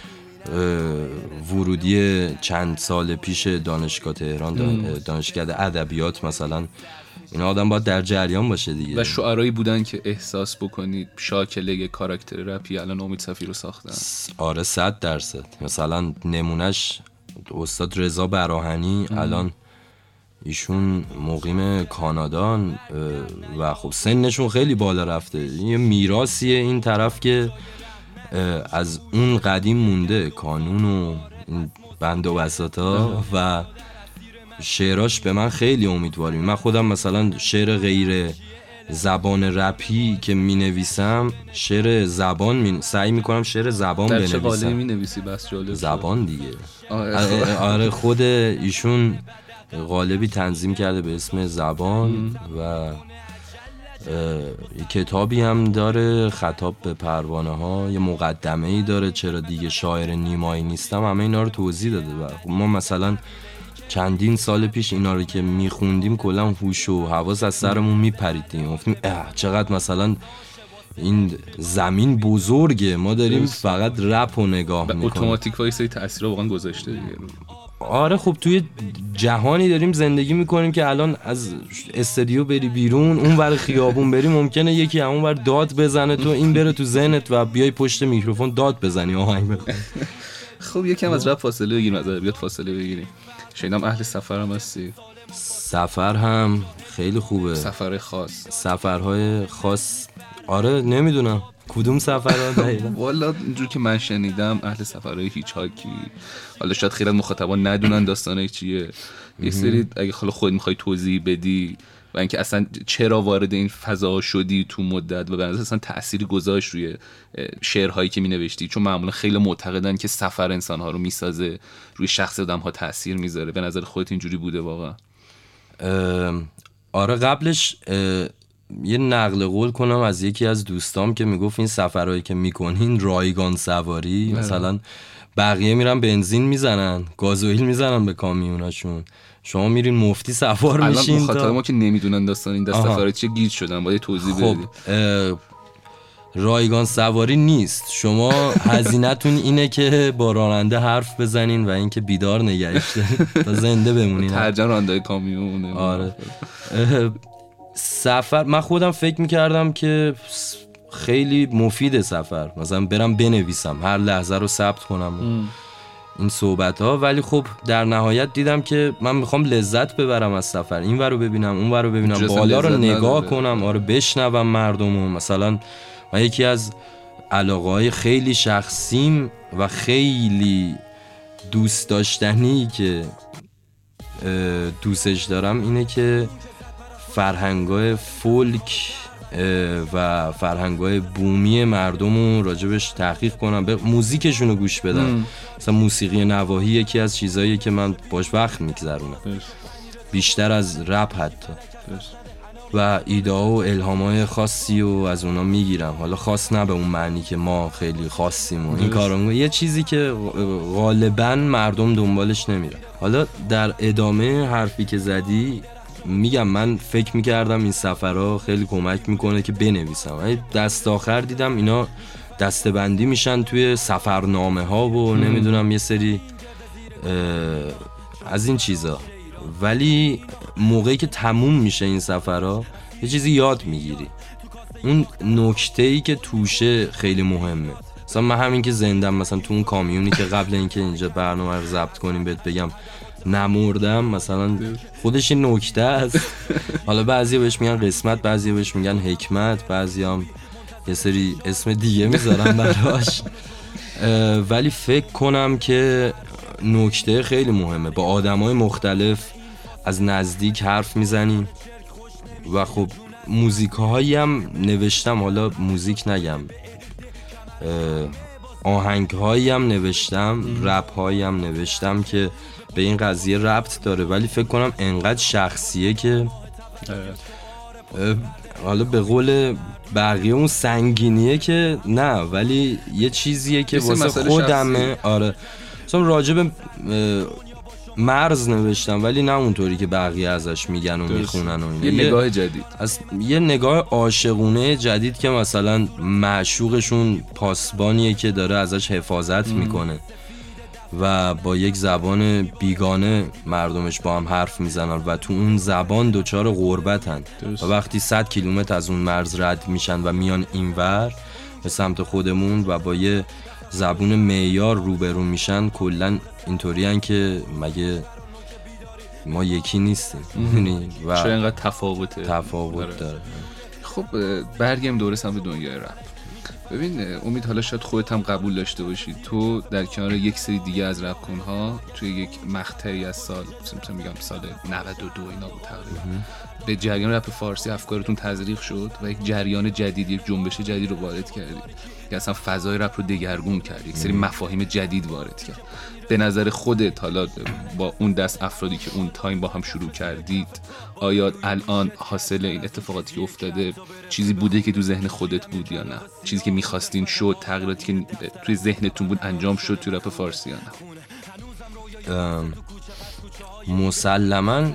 ورودی چند سال پیش دانشگاه تهران، دانشکده ادبیات مثلا. این آدم باید در جریان باشه دیگه. و شعرایی بودن که احساس بکنید شاکله یه کاراکتر رپی الان امید صفیر رو ساختن. آره 100%. مثلا نمونش استاد رضا براهنی، الان ایشون مقیم کانادان و خب سنشون خیلی بالا رفته. یه میراثیه این طرف که از اون قدیم مونده، کانون و بند و بساطا، و شعراش به من خیلی امیدواری. من خودم مثلا شعر غیر زبان رپی که می نویسم، شعر زبان سعی می کنم شعر زبان بنویسم. در چه قالبی می نویسی؟ بس جالب زبان دیگه. آره خود ایشون قالبی تنظیم کرده به اسم زبان و یه کتابی هم داره، خطاب به پروانه ها، یه مقدمه‌ای داره چرا دیگه شاعر نیمایی نیستم، همه اینا رو توضیح داده. و ما مثلا چندین سال پیش اینا رو که میخوندیم کلا هوش و حواس از سرمون میپریدیم، گفتیم چقدر مثلا این زمین بزرگه، ما داریم فقط رپ رو نگاه میکنیم. اتوماتیک وایس تاثیر واقعا گذاشته دیگه. آره خب توی جهانی داریم زندگی میکنیم که الان از استودیو بری بیرون، اون ور خیابون بری ممکنه یکی همون ور داد بزنه، تو این بره تو ذهنت و بیای پشت میکروفون داد بزنی آهنگ بخونی. خب یکم از رپ فاصله بگیریم، از ادبیات فاصله بگیریم. شنیدم اهل سفر هم هستی. سفر هم خیلی خوبه. سفرهای خاص آره نمیدونم کدوم سفرها دقیقاً. والا اینجور که من شنیدم اهل سفرهای هیچ‌هاکی، حالا شاید خیلی از مخاطبان ندونن داستانه چیه، یه سری اگه حالا خود میخوای توضیح بدی و اینکه اصلا چرا وارد این فضا شدی تو مدت و به نظر اصلا تأثیری گذاشت روی شعرهایی که مینوشتی، چون معمولا خیلی معتقدن که سفر انسانها رو میسازه، روی شخص آدم‌ها تأثیر میذاره. به نظر خودت اینجوری بوده واقعا؟ آره قبلش یه نقل قول کنم از یکی از دوستام که میگفت این سفرهایی که میکنین رایگان سواری، مثلا بقیه میرن بنزین میزنن، گازوئیل میزنن به کامیوناشون، شما میرین مفتی سوار میشین. الان مخاطب ما که نمیدونن داستان این سفرها چیه گیج شدن، باید توضیح بدید. رایگان سواری نیست، شما هزینه‌تون اینه که با راننده حرف بزنین و اینکه بیدار نگهش دارین تا زنده بمونین. ترجمه راننده کامیون. آره سفر من خودم فکر میکردم که خیلی مفیده سفر، مثلا برم بنویسم هر لحظه رو ثبت کنم این صحبت ها، ولی خب در نهایت دیدم که من میخوام لذت ببرم از سفر، این ور رو ببینم اون ور رو ببینم، بالا رو نگاه کنم، آره بشنوم مردمو. مثلا من یکی از علاقه‌های خیلی شخصیم و خیلی دوست داشتنی که دوستش دارم اینه که فرهنگای فولک و فرهنگای بومی مردمو راجبش تحقیق کنم، به موزیکشون رو گوش بدم. مثلا موسیقی نواحی یکی از چیزاییه که من باش وقت میگذرونم بیشتر از رپ حتی و ایده و الهامای خاصی و از اونا میگیرم، حالا خاص نه به اون معنی که ما خیلی خاصیم و این کارو، یه چیزی که غالبا مردم دنبالش نمیره. حالا در ادامه حرفی که زدی میگم من فکر میکردم این سفرها خیلی کمک میکنه که بنویسم، دست آخر دیدم اینا دسته‌بندی میشن توی سفرنامه ها و نمیدونم یه سری از این چیزا، ولی موقعی که تموم میشه این سفرها یه چیزی یاد میگیری، اون نکته‌ای که توشه خیلی مهمه. مثلا من همین که زندم مثلا تو اون کامیونی که قبل اینکه اینجا برنامه رو ضبط کنیم بهت بگم نمردم، مثلا خودش این نکته است. حالا بعضیا بهش میگن قسمت، بعضیا بهش میگن حکمت، بعضیا هم یه سری اسم دیگه میذارن براش، ولی فکر کنم که نکته خیلی مهمه. با آدمای مختلف از نزدیک حرف میزنیم و خب موزیک‌هایی هم نوشتم، حالا موزیک نگم، آهنگ‌هایی هم نوشتم، رپ‌هایی هم نوشتم که به این قضیه ربط داره، ولی فکر کنم انقدر شخصیه که حالا به قول بقیه اون سنگینیه که نه، ولی یه چیزیه که واسه خودمه. آره مثلا راجع به مرز نوشتم ولی نه اونطوری که بقیه ازش میگن و میخونن و یه نگاه جدید، یه نگاه عاشقونه جدید که مثلا معشوقشون پاسبانیه که داره ازش حفاظت میکنه و با یک زبان بیگانه مردمش با هم حرف میزنن و تو اون زبان دوچار غربتن و وقتی 100 کیلومتر از اون مرز رد میشن و میان اینور به سمت خودمون و با یه زبون معیار روبرو میشن، کلن اینطوریان که مگه ما یکی نیستیم و چرا اینقدر تفاوت داره. خب برگردیم دوره سمت دنیای رپ. ببین امید، حالا شاید خودت هم قبول داشته باشی، تو در کنار یک سری دیگه از رپ کنها توی یک مقطعی از سال مثلا میگم سال 92 اینا بود تقریبا به جریان رپ فارسی افکارتون تزریق شد و یک جریان جدید، یک جنبش جدید رو وارد کردید که اصلا فضای رپ رو دگرگون کرد، یک سری مفاهیم جدید وارد کرد. به نظر خودت حالا با اون دست افرادی که اون تایم با هم شروع کردید، آیا الان حاصل این اتفاقاتی که افتاده چیزی بوده که تو ذهن خودت بود یا نه؟ چیزی که می‌خواستین شد، تغییراتی که توی ذهنتون بود انجام شد تو رپ فارسی یا نه؟ مسلماً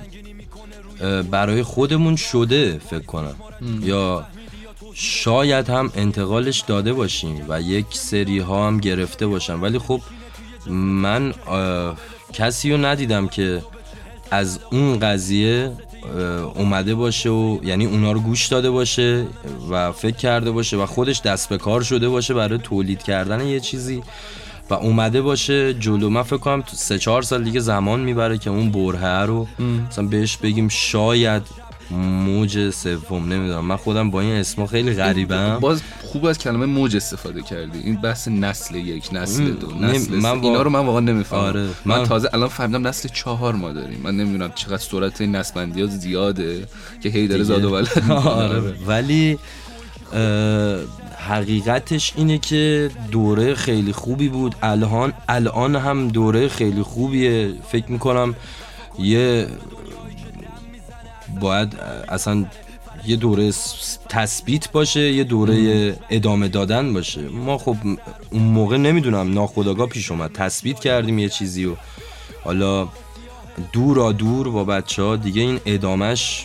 برای خودمون شده فکر کنم، یا شاید هم انتقالش داده باشیم و یک سری ها هم گرفته باشم، ولی خب من کسی رو ندیدم که از اون قضیه اومده باشه و یعنی اونا رو گوش داده باشه و فکر کرده باشه و خودش دست به کار شده باشه برای تولید کردن یه چیزی و اومده باشه جلو. من فکر کنم 3-4 سال دیگه زمان میبره که اون برهه رو مثلا بهش بگیم شاید موج سوم، نمیدونم، من خودم با این اسما خیلی غریبم. باز خوب از کلمه موج استفاده کردی. این بحث نسل 1 نسل 2 نسل 3 اینا رو من واقعا نمیفهمم. آره من تازه الان فهمیدم نسل 4 ما داریم. من نمیدونم چقدر سرعت این نسل‌بندی‌ها زیاده که هی داره زاد و ولد. آره ولی حقیقتش اینه که دوره خیلی خوبی بود. الان هم دوره خیلی خوبیه. فکر میکنم باید اصلا یه دوره تثبیت باشه، یه دوره ادامه دادن باشه. ما خب اون موقع نمیدونم ناخودآگاه پیش اومد تثبیت کردیم یه چیزی و حالا دور با بچه‌ها دیگه این ادامش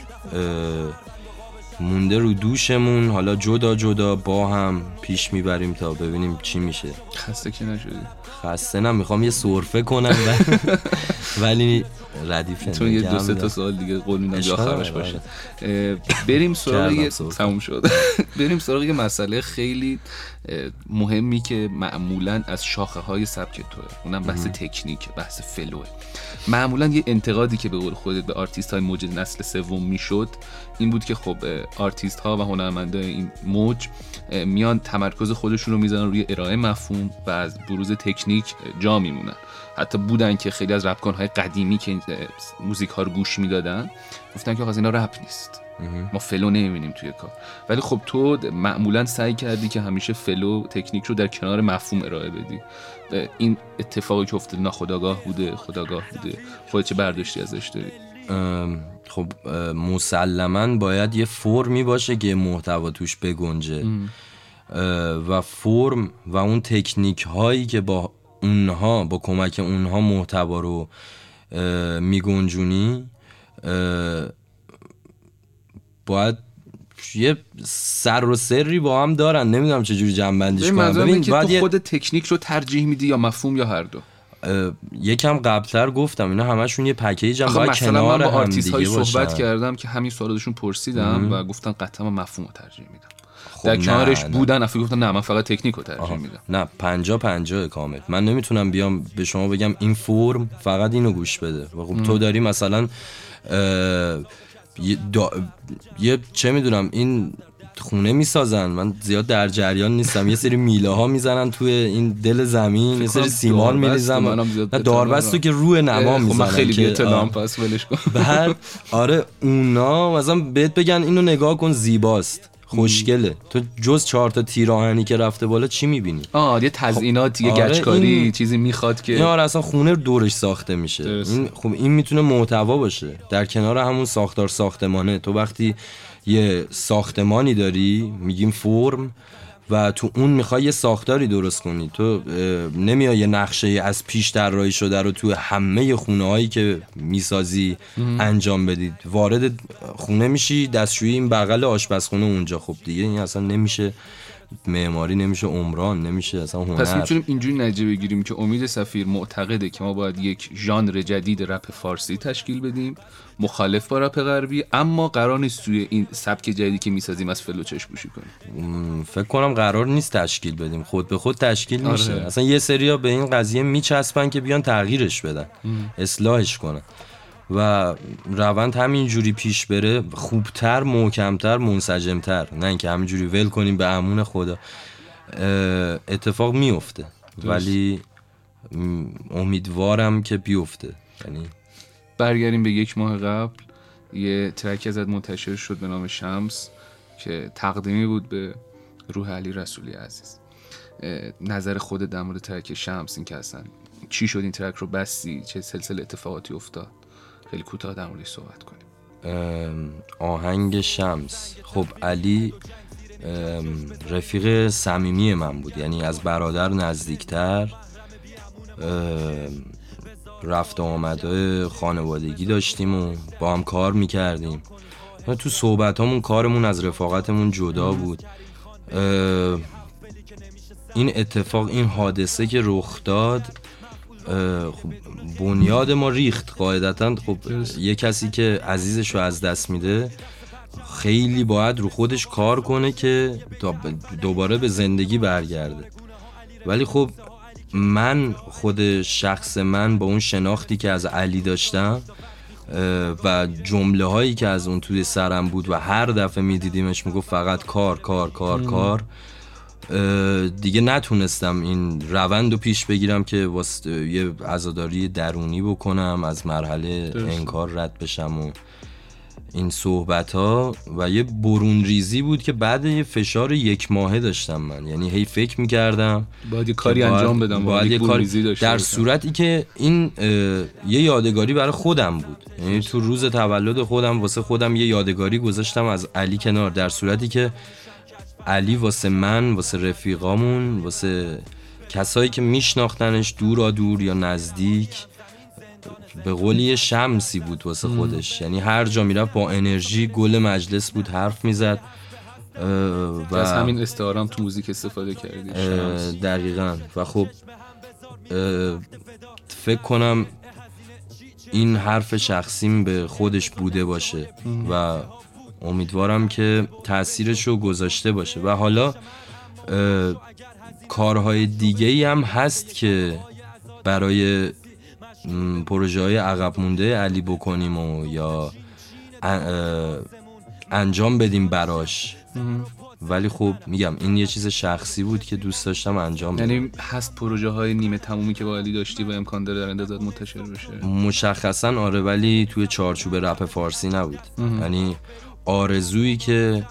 مونده رو دوشمون. حالا جدا با هم پیش میبریم تا ببینیم چی میشه. خسته که نشدی؟ خسته میخوام یه سرفه کنم ولی ردیفه تو یه 2-3 تا سوال دیگه قول میدم یا آخرش باشه. بریم سراغ تموم شد. بریم سراغ یه مسئله خیلی مهمی که معمولاً از شاخه‌های سبک توه، اونم بحث تکنیک، بحث فلوه. معمولاً یه انتقادی که به قول خودت به آرتیست‌های موج نسل سوم میشد این بود که خب آرتیست‌ها و هنرمندای این موج میان تمرکز خودشون رو میذارن روی ارائه مفهوم و از بروز تکنیک جا میمونن. حتی بودن که خیلی از رپکان‌های قدیمی که موزیک ها رو گوش میدادن گفتن که آقا اینا رپ نیست، ما فلو نمیبینیم توی کار. ولی خب تو معمولا سعی کردی که همیشه فلو تکنیک رو در کنار مفهوم ارائه بدی. این اتفاقی که افتاد ناخودآگاه بوده، خودآگاه بوده؟ خودت چه برداشتی ازش داری؟ خب مسلماً باید یه فرمی باشه که محتوا توش بگنجه و فرم و اون تکنیک هایی که با کمک اونها محتوا رو میگنجونی باید یه سر و سری با هم دارن. نمیدونم چجوری جمع-بندیش کنم. ببین که تو خود تکنیک رو ترجیح میدی یا مفهوم یا هر دو؟ یکم قبلتر گفتم اینا همشون یه پکیج هم باید کنار هم دیگه باشن. مثلا من با آرتیست‌های صحبت کردم که همین سوالشون پرسیدم و گفتن قطعا من مفهوم رو ترجیح میدم. خب در کنارش بودن افی گفتن نه من فقط تکنیک رو ترجیح میدم. نه 50-50 کامل. من نمیتونم بیام به شما بگم این فرم فقط اینو گوش بده. خب تو داری مثلا یه چه میدونم این خونه میسازن، من زیاد در جریان نیستم، یه سری میله ها میزنن توی این دل زمین، یه سری سیمان میریزن، داربستو که روی نما میزنن. من خیلی بی اطلاعم پس ولش کن. بعد آره اونا مثلا بهت بگن اینو نگاه کن زیباست خوشگله، تو جز 4 تا تیر آهنی که رفته بالا چی میبینی؟ یه تزیینات، یه گچکاری، چیزی میخواد که آره اصلا خونه دورش ساخته میشه. این خب این میتونه محتوا باشه در کنار همون ساختار ساختمانه. تو وقتی یه ساختمانی داری میگیم فرم و تو اون میخوای یه ساختاری درست کنی، تو نمیای یه نقشه از پیش طراحی شده رو تو همه خونه هایی که میسازی انجام بدید. وارد خونه میشی دستشویی این بغل آشپزخونه اونجا، خب دیگه این اصلا نمیشه معماری، نمیشه عمران، نمیشه اصلا هنر. پس میتونیم اینجوری نتیجه بگیریم که امید صفیر معتقده که ما باید یک ژانر جدید رپ فارسی تشکیل بدیم مخالف با رپ غربی، اما قرار نیست توی این سبک جدیدی که میسازیم از فلو چشم پوشی کنیم. فکر کنم قرار نیست تشکیل بدیم، خود به خود تشکیل میشه. اصلا یه سریا به این قضیه میچسبن که بیان تغییرش بدن، اصلاحش کنن و روند همینجوری پیش بره، خوبتر، محکمتر، منسجمتر، نه اینکه همینجوری ول کنیم به امون خدا. اتفاق میفته ولی امیدوارم که بیفته. یعنی برگردیم به 1 ماه قبل، یه ترک ازت منتشر شد به نام شمس که تقدیمی بود به روح علی رسولی عزیز. نظر خودت در مورد ترک شمس، این که اصلا چی شد این ترک رو بستی، چه سلسله اتفاقاتی افتاد؟ خیلی کوتاه در موردش صحبت کنیم. آهنگ شمس، خب علی رفیق صمیمی من بود، یعنی از برادر نزدیکتر، رفت آمده خانوادگی داشتیم و با هم کار میکردیم. تو صحبتامون کارمون از رفاقتمون جدا بود. این اتفاق، این حادثه که رخ داد، خب بنیاد ما ریخت قاعدتاً. خب یه کسی که عزیزش رو از دست میده خیلی باید رو خودش کار کنه که دوباره به زندگی برگرده. ولی خب من خود شخص من با اون شناختی که از علی داشتم و جمله هایی که از اون توی سرم بود و هر دفعه میدیدیمش میگفت فقط کار کار کار کار، دیگه نتونستم این روند رو پیش بگیرم که واسه یه عزاداری درونی بکنم، از مرحله انکار رد بشم و این صحبت ها. و یه برون ریزی بود که بعد یه فشار 1 ماهه داشتم من، یعنی هی فکر میکردم باید یه کاری انجام بدم، باید یه کاری در صورتی که این یه یادگاری برای خودم بود. یعنی تو روز تولد خودم واسه خودم یه یادگاری گذاشتم از علی کنار، در صورتی که علی واسه من، واسه رفیقامون، واسه کسایی که میشناختنش دورا دور یا نزدیک، به قولی شمسی بود واسه خودش. یعنی هر جا میرفت با انرژی گل مجلس بود، حرف میزد و از همین استعارم تو موزیک استفاده کردی. دقیقاً. و خب فکر کنم این حرف شخصیم به خودش بوده باشه و امیدوارم که تأثیرشو گذاشته باشه. و حالا کارهای دیگه‌ای هم هست که برای پروژه های عقب مونده علی بکنیم و یا انجام بدیم براش، ولی خب میگم این یه چیز شخصی بود که دوست داشتم انجام بدم. یعنی هست پروژه های نیمه تمومی که با علی داشتی و امکان داره در اندازت منتشر بشه؟ مشخصا آره، ولی توی چارچوب رپ فارسی نبود. یعنی آرزویی که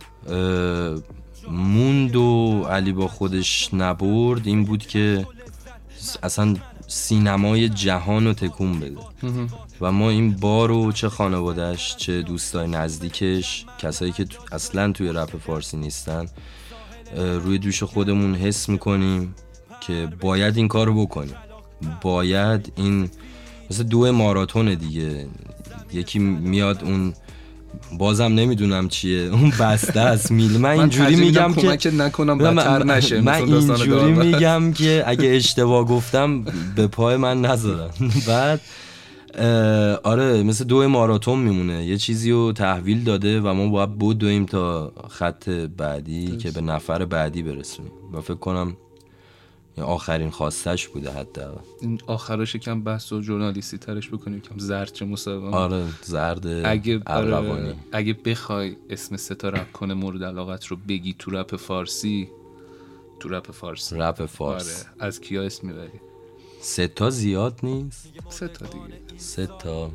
موند و علی با خودش نبرد این بود که اصلا سینمای جهان رو تکون بده و ما این بارو چه خانواده‌اش چه دوستای نزدیکش، کسایی که اصلا توی رپ فارسی نیستن، روی دوش خودمون حس میکنیم که باید این کار رو بکنیم. باید این مثل 2 ماراتون دیگه، یکی میاد اون بازم نمیدونم چیه اون بسته است میل. من اینجوری میگم که کمک نکنم بدتر نشه. من اینجوری میگم که اگه اشتباه گفتم به پای من نذارن. بعد آره مثل 2 ماراتون میمونه، یه چیزی رو تحویل داده و ما باید بدویم تا خط بعدی که به نفر بعدی برسونیم و فکر کنم آخرین خواستش بوده. حتی این آخرش کم بحث و ژورنالیستی ترش بکنیم، کم زرد چه مصاحبه. آره زرد ارغوانی. اگه بخوای اسم 3 تا رپ کنه مورد علاقت رو بگی تو رپ فارسی، رپ فارس آره از کیا اسم میبری؟ 3 تا زیاد نیست، 3 تا دیگه. 3 تا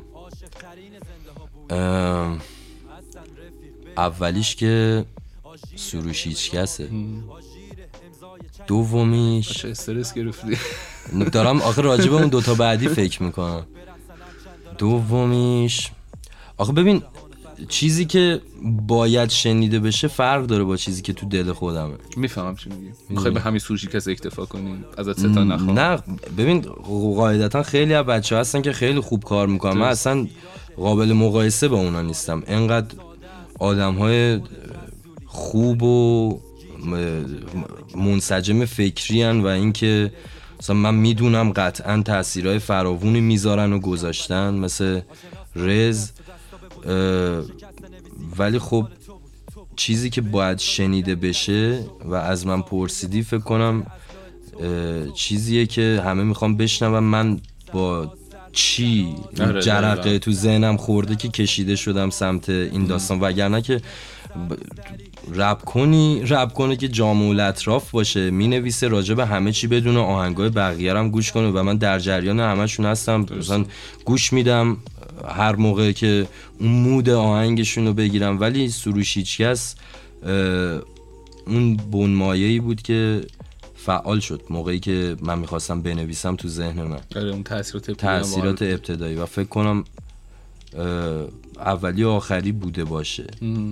اولیش که سروش هیچکسه، دومیش استرس گرفتی دارم آخه راجبه اون 2 تا بعدی فکر میکنم. دومیش آخه ببین چیزی که باید شنیده بشه فرق داره با چیزی که تو دل خودمه. میفهمم چی میگی. میخوای به همین سروش هیچکس اکتفا کنی؟ ازت 3 تا نخوام. نه ببین قاعدتا خیلی از بچه‌ها هستن که خیلی خوب کار میکنن، من اصلا قابل مقایسه با اونا نیستم. انقدر آدم‌های خوب و منسجم فکری هن و اینکه مثلا من میدونم قطعا تاثیرهای فراوونی میذارن و گذاشتن مثل رز، ولی خب چیزی که باید شنیده بشه و از من پرسیدی فکر کنم چیزیه که همه میخوام بشنوم من با چی جرقه تو ذهنم خورده که کشیده شدم سمت این داستان. وگرنه که رپ کنه که جامع الاطراف باشه، مینویسه راجع به همه چی بدونه، آهنگای بقیه هم گوش کنه و من در جریان همشون هستم، مثلا گوش میدم هر موقع که اون مود آهنگشون رو بگیرم. ولی سروش هیچکس اون بنمایه‌ای بود که فعال شد موقعی که من میخواستم بنویسم تو ذهن من. اون تأثیرات ابتدایی و فکر کنم اولی و آخری بوده باشه.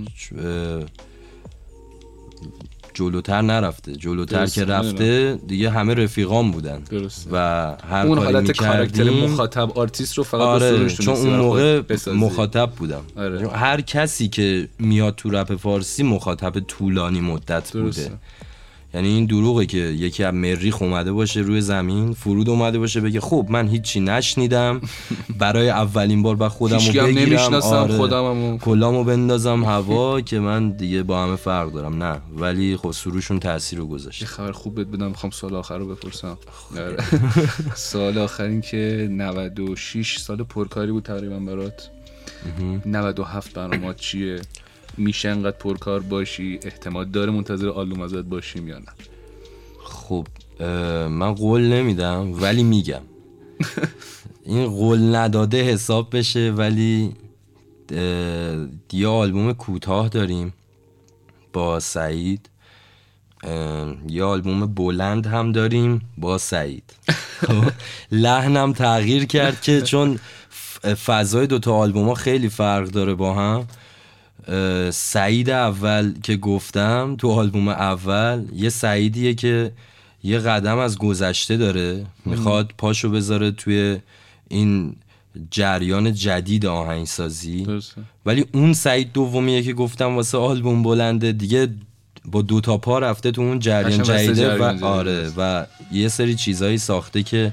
جلوتر نرفته، جلوتر که رفته دیگه همه رفیقام بودن. درسته. و هر اون کاری حالت کاراکتر مخاطب آرتیست رو فقط آره چون اون موقع مخاطب بودم. آره. هر کسی که میاد تو رپ فارسی مخاطب طولانی مدت بوده. یعنی این دروغه که یکی از مریخ اومده باشه روی زمین، فرود اومده باشه بگه خب من هیچی نشنیدم برای اولین بار با خودمو بگیرم، خودمو کلامو بندازم هوا که من دیگه با همه فرق دارم. نه، ولی خب سروشون تاثیر رو گذاشت. یه خبر خوب بهت بدم، میخوام سال آخر رو بپرسم. سال آخر این که 96 سال پرکاری بود تقریبا برات. 97 برنامه چیه؟ میشه انقدر پرکار باشی؟ احتمال داره منتظر آلبوم ازت باشیم یا نه؟ خب من قول نمیدم ولی میگم این قول نداده حساب بشه، ولی یه آلبوم کوتاه داریم با سعید، یه آلبوم بلند هم داریم با سعید. لحنم تغییر کرد که چون فضای دوتا آلبوم ها خیلی فرق داره با هم. سعید اول که گفتم تو آلبوم اول یه سعیدیه که یه قدم از گذشته داره، میخواد پاشو بذاره توی این جریان جدید آهنگسازی، ولی اون سعید دومیه که گفتم واسه آلبوم بلنده دیگه با دوتا پا رفته تو اون جریان جدیده و آره و یه سری چیزایی ساخته که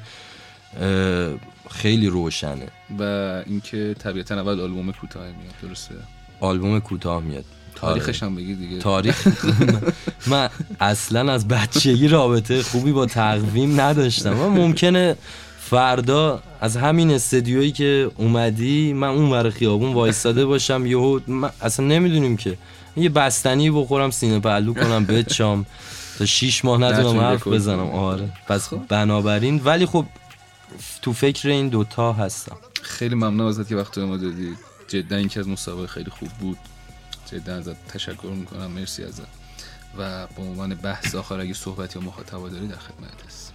خیلی روشنه. و اینکه طبیعتا اول آلبوم کوتاه میاد، درسته؟ آلبوم کوتاه میاد. تاریخش هم بگی دیگه. تاریخ من اصلا از بچگی رابطه خوبی با تقویم نداشتم. من ممکنه فردا از همین استدیویی که اومدی من اون ور خیابون وایساده باشم، یهو اصلا نمیدونیم که یه بستنی بخورم سینه پهلو کنم بچام تا 6 ماه نتونم حرف بزنم. آره پس بنابراین ولی خب تو فکر این دوتا هستم. خیلی ممنون ازت که وقت ما دادی. جدا این که از مسابقه خیلی خوب بود. جدا ازت تشکر میکنم. مرسی ازت. و به عنوان بحث آخر اگه صحبت یا مخاطب داری در خدمت هست.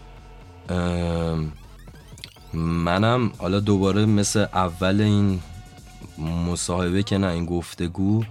منم حالا دوباره مثل اول این مصاحبه که نه این گفتگو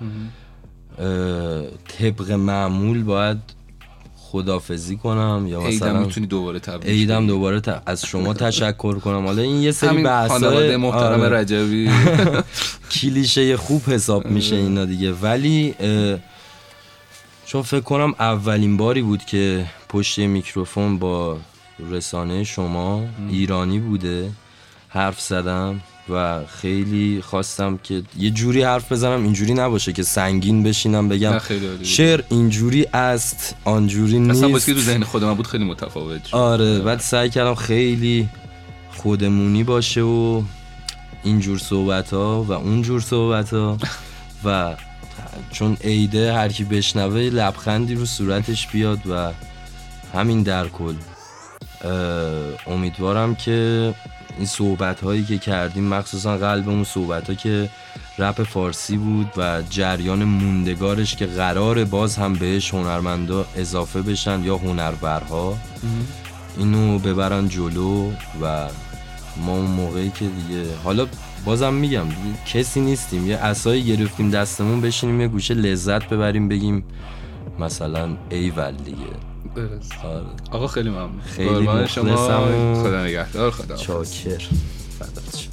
طبق معمول باید خدافزی کنم یا مثلا میتونی دوباره تبریک عیدم دوباره از شما تشکر کنم. حالا این یه سری بحثای محترم رجبی کلیشه خوب حساب میشه اینا دیگه، ولی چون فکر کنم اولین باری بود که پشت میکروفون با رسانه شما ایرانی بوده حرف زدم و خیلی خواستم که یه جوری حرف بزنم اینجوری نباشه که سنگین بشینم بگم شعر اینجوری است آنجوری نیست. اصلا باید که تو ذهن خودم بود خیلی متفاوت شد. آره بعد سعی کردم خیلی خودمونی باشه و اینجور صحبت ها و اونجور صحبت ها و چون عیده هر کی بشنوه لبخندی رو صورتش بیاد و همین در کل امیدوارم که این صحبت هایی که کردیم مخصوصا قلبمون صحبت ها که رپ فارسی بود و جریان موندگارش که قراره باز هم بهش هنرمندا اضافه بشن یا هنرورها اینو ببرن جلو و ما اون موقعی که دیگه حالا بازم میگم دیگه کسی نیستیم یه عصایی گرفتیم دستمون بشینیم یه گوشه لذت ببریم بگیم مثلا ایول دیگه. آره. آقا خیلی ممنون. خیلی مخلصم. خدا نگهدار. خدا چاکر. فدات شم.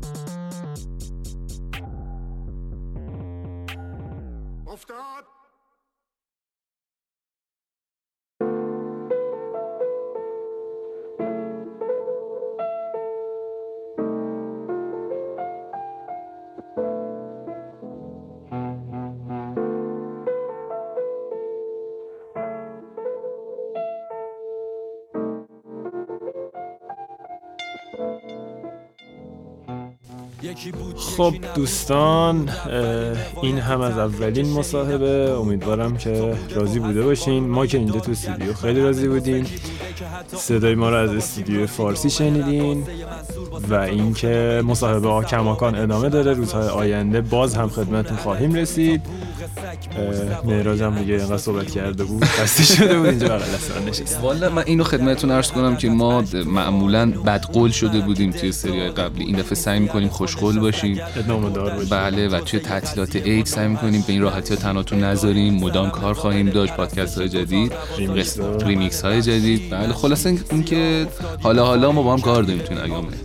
خب دوستان این هم از اولین مصاحبه. امیدوارم که راضی بوده باشین. ما که اینجا تو استودیو خیلی راضی بودیم. صدای ما رو از استودیو فارسی شنیدین و اینکه مصاحبه ها کماکان ادامه داره. روزهای آینده باز هم خدمتتون خواهیم رسید. مهراج هم دیگه اینقدر صحبت کرده بود خسته شده بود اینجا بغل اصلا نشست. والا من اینو خدمتتون عرض کنم که ما معمولا بدقول شده بودیم توی سری‌های قبلی. این دفعه سعی می‌کنیم خوشقول باشیم، ادامه دار باشیم. بله و توی تعطیلات عید سعی می‌کنیم به این راحتی‌ها تناتون نذاریم. مدام کار خواهیم داشت، پادکست‌های جدید، ریمیکس‌های جدید. بله خلاص این که حالا ما با هم کار داریم تو این ایام.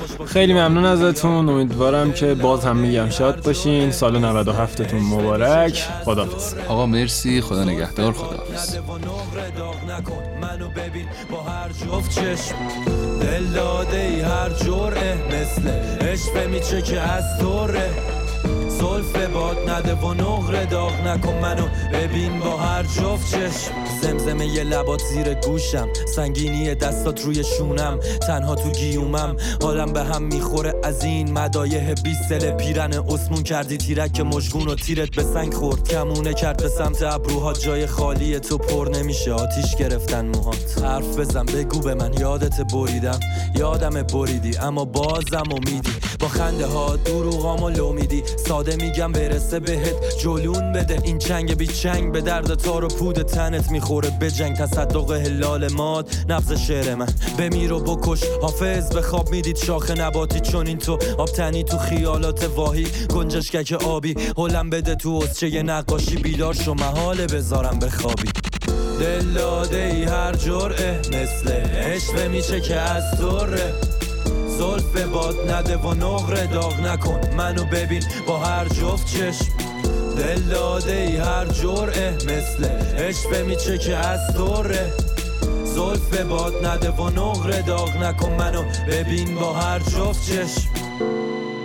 خیلی ممنون ازتون. امیدوارم که باز هم میگم شاد باشین. سال 97 تون مبارک. خداحافظ. آقا مرسی، خدا نگهدار. خداحافظ. منو ببین با هر جفت چشم دل داده ای هر جرعه مثل عشق میچه که از دوره زلف باد نده و نقره داغ نکن منو ببین با هر جفت چشم زمزمه یه لبات زیر گوشم سنگینی دستات روی شونم تنها تو گیومم حالم به هم میخوره از این مدایه 20 سل پیرن اسمون کردی تیرک مشگون و تیرت به سنگ خورد کمونه کرد به سمت ابروها جای خالی تو پر نمیشه آتیش گرفتن موهات حرف بزن بگو به من یادت بریدم یادم بریدی اما بازم امیدی با خنده ها دروغامو لو میدی ساده میگم برسه بهت جلون بده این چنگ بی چنگ به درد تار و پود تنت میخوره به جنگ تصدق هلال ماد نبض شعر من بمیر و بکش حافظ به خواب میدید شاخ نباتی چون این تو آب تنی تو خیالات واهی گنجشکک آبی هلم بده تو حسچه ی نقاشی بیدار شو محاله بذارم بخوابی دل داده ای هر جرعه مثل عشق میشه که از دوره زلف باد نده و نقره داغ نکن منو ببین با هر جفت چشم دل داده ای هر جرعه مثل عشق میچه که از دوره زلف باد نده و نقره داغ نکن منو ببین با هر جفت چشم